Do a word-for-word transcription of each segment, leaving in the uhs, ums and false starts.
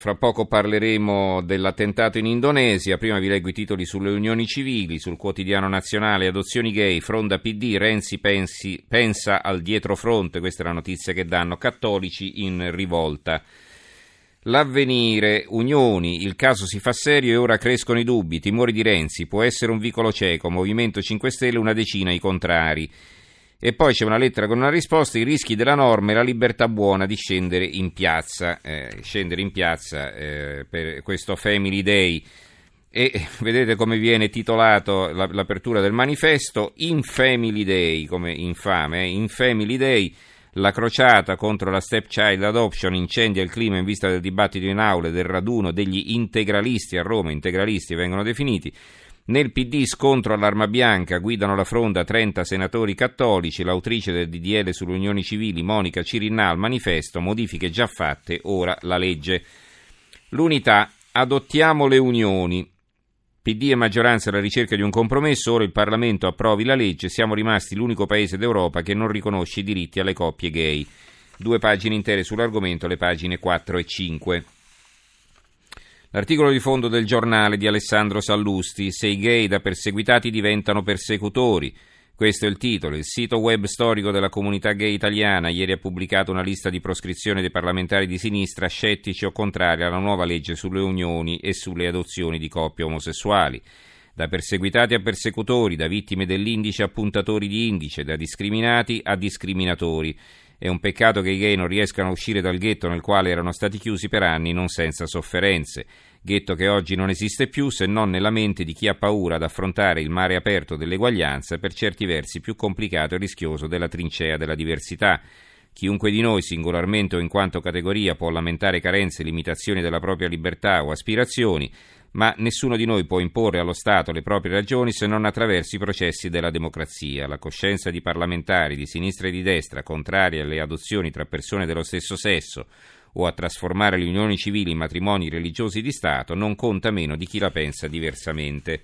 Fra poco parleremo dell'attentato in Indonesia, prima vi leggo i titoli sulle unioni civili, sul quotidiano nazionale, adozioni gay, fronda P D, Renzi pensi, pensa al dietrofront, questa è la notizia che danno, cattolici in rivolta. L'Avvenire, unioni, il caso si fa serio e ora crescono i dubbi, timori di Renzi, può essere un vicolo cieco, Movimento cinque Stelle una decina i contrari. E poi c'è una lettera con una risposta, i rischi della norma e la libertà buona di scendere in piazza, eh, scendere in piazza eh, per questo Family Day. E vedete come viene titolato la, l'apertura del manifesto, in Family Day, come infame, eh, in Family Day, la crociata contro la stepchild adoption incendia il clima in vista del dibattito in aula e del raduno degli integralisti a Roma, integralisti vengono definiti. Nel P D scontro all'arma bianca, guidano la fronda trenta senatori cattolici, l'autrice del D D L sulle unioni civili Monica Cirinnà al manifesto, modifiche già fatte, ora la legge. L'unità, adottiamo le unioni. P D e maggioranza alla ricerca di un compromesso, ora il Parlamento approvi la legge, siamo rimasti l'unico paese d'Europa che non riconosce i diritti alle coppie gay. Due pagine intere sull'argomento, le pagine quattro e cinque. L'articolo di fondo del Giornale di Alessandro Sallusti, se i gay da perseguitati diventano persecutori. Questo è il titolo. Il sito web storico della comunità gay italiana ieri ha pubblicato una lista di proscrizione dei parlamentari di sinistra scettici o contrari alla nuova legge sulle unioni e sulle adozioni di coppie omosessuali. Da perseguitati a persecutori, da vittime dell'indice a puntatori di indice, da discriminati a discriminatori. È un peccato che i gay non riescano a uscire dal ghetto nel quale erano stati chiusi per anni non senza sofferenze. Ghetto che oggi non esiste più se non nella mente di chi ha paura ad affrontare il mare aperto dell'eguaglianza, per certi versi più complicato e rischioso della trincea della diversità. Chiunque di noi, singolarmente o in quanto categoria, può lamentare carenze e limitazioni della propria libertà o aspirazioni, ma nessuno di noi può imporre allo Stato le proprie ragioni se non attraverso i processi della democrazia. La coscienza di parlamentari di sinistra e di destra contrari alle adozioni tra persone dello stesso sesso o a trasformare le unioni civili in matrimoni religiosi di Stato non conta meno di chi la pensa diversamente.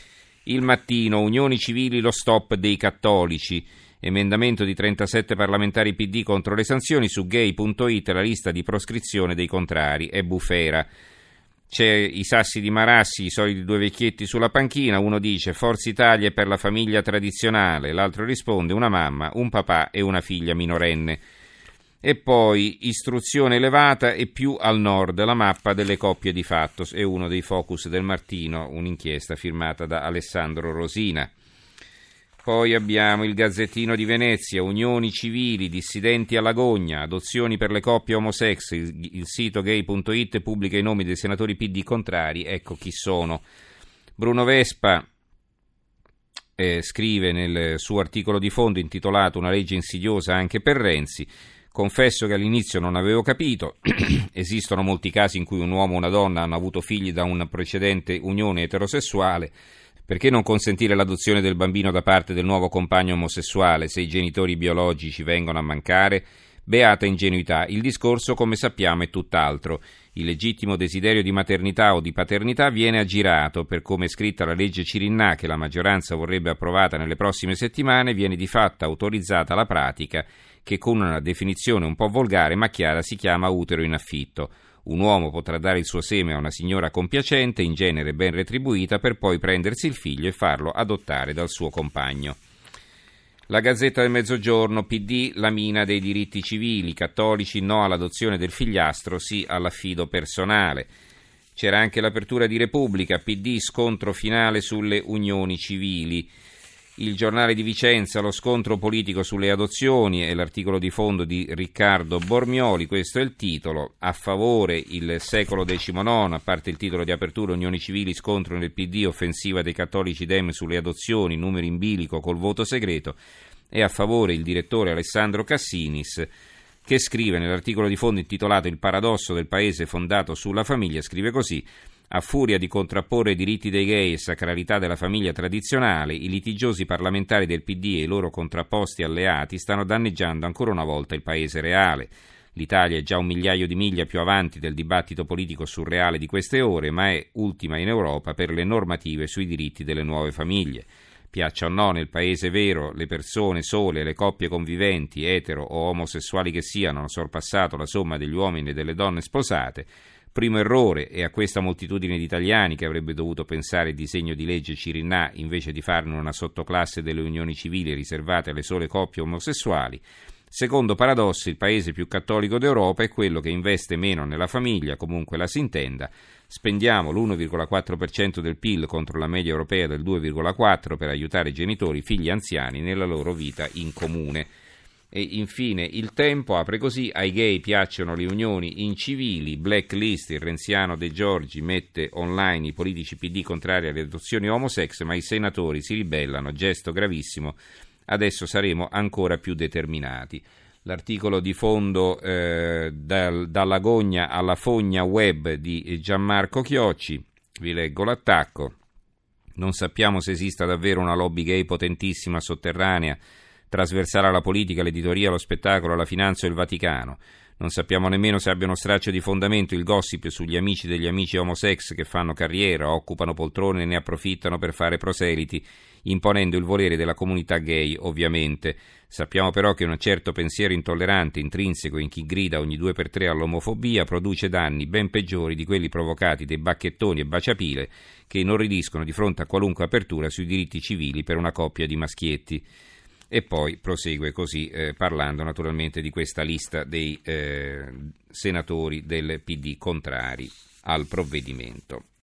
Il Mattino, unioni civili, lo stop dei cattolici. Emendamento di trentasette parlamentari P D contro le sanzioni, su gay punto it la lista di proscrizione dei contrari, è bufera. C'è i sassi di Marassi, i soliti due vecchietti sulla panchina, uno dice Forza Italia è per la famiglia tradizionale, l'altro risponde una mamma, un papà e una figlia minorenne. E poi istruzione elevata e più al nord, la mappa delle coppie di fatto, è uno dei focus del Mattino, un'inchiesta firmata da Alessandro Rosina. Poi abbiamo il Gazzettino di Venezia, unioni civili, dissidenti all'agonia, adozioni per le coppie homosex, il, il sito gay punto it pubblica i nomi dei senatori P D contrari, ecco chi sono. Bruno Vespa eh, scrive nel suo articolo di fondo intitolato Una legge insidiosa anche per Renzi, confesso che all'inizio non avevo capito, esistono molti casi in cui un uomo o una donna hanno avuto figli da una precedente unione eterosessuale. Perché non consentire l'adozione del bambino da parte del nuovo compagno omosessuale se i genitori biologici vengono a mancare? Beata ingenuità, il discorso, come sappiamo, è tutt'altro. Il legittimo desiderio di maternità o di paternità viene aggirato, per come è scritta la legge Cirinnà che la maggioranza vorrebbe approvata nelle prossime settimane, viene di fatto autorizzata la pratica che con una definizione un po' volgare ma chiara si chiama utero in affitto. Un uomo potrà dare il suo seme a una signora compiacente, in genere ben retribuita, per poi prendersi il figlio e farlo adottare dal suo compagno. La Gazzetta del Mezzogiorno, P D, la mina dei diritti civili, cattolici no all'adozione del figliastro, sì all'affido personale. C'era anche l'apertura di Repubblica, P D, scontro finale sulle unioni civili. Il Giornale di Vicenza, lo scontro politico sulle adozioni e l'articolo di fondo di Riccardo Bormioli, questo è il titolo, a favore il secolo diciannove, a parte il titolo di apertura, unioni civili, scontro nel P D, offensiva dei cattolici Dem sulle adozioni, numeri in bilico col voto segreto, e a favore il direttore Alessandro Cassinis, che scrive nell'articolo di fondo intitolato Il paradosso del paese fondato sulla famiglia, scrive così: a furia di contrapporre i diritti dei gay e sacralità della famiglia tradizionale, i litigiosi parlamentari del P D e i loro contrapposti alleati stanno danneggiando ancora una volta il paese reale. L'Italia è già un migliaio di miglia più avanti del dibattito politico surreale di queste ore, ma è ultima in Europa per le normative sui diritti delle nuove famiglie. Piaccia o no, nel paese vero, le persone sole, le coppie conviventi, etero o omosessuali che siano, hanno sorpassato la somma degli uomini e delle donne sposate. Primo errore, e a questa moltitudine di italiani che avrebbe dovuto pensare il disegno di legge Cirinnà invece di farne una sottoclasse delle unioni civili riservate alle sole coppie omosessuali. Secondo paradosso, il paese più cattolico d'Europa è quello che investe meno nella famiglia, comunque la si intenda. Spendiamo l'uno virgola quattro per cento del P I L contro la media europea del due virgola quattro per per aiutare i genitori, figli anziani nella loro vita in comune. E infine il Tempo apre così: ai gay piacciono le unioni incivili, blacklist, il renziano De Giorgi mette online i politici P D contrari alle adozioni homosex, ma i senatori si ribellano, gesto gravissimo, adesso saremo ancora più determinati. L'articolo di fondo eh, dal, dalla gogna alla fogna web di Gianmarco Chiocci, vi leggo l'attacco. Non sappiamo se esista davvero una lobby gay potentissima sotterranea, trasversale alla politica, all'editoria, allo spettacolo, alla finanza o il Vaticano. Non sappiamo nemmeno se abbia uno straccio di fondamento il gossip sugli amici degli amici homosex che fanno carriera, occupano poltrone e ne approfittano per fare proseliti, imponendo il volere della comunità gay, ovviamente. Sappiamo però che un certo pensiero intollerante, intrinseco in chi grida ogni due per tre all'omofobia, produce danni ben peggiori di quelli provocati dai bacchettoni e baciapile che inorridiscono di fronte a qualunque apertura sui diritti civili per una coppia di maschietti. E poi prosegue così, eh, parlando naturalmente di questa lista dei eh, senatori del P D contrari al provvedimento.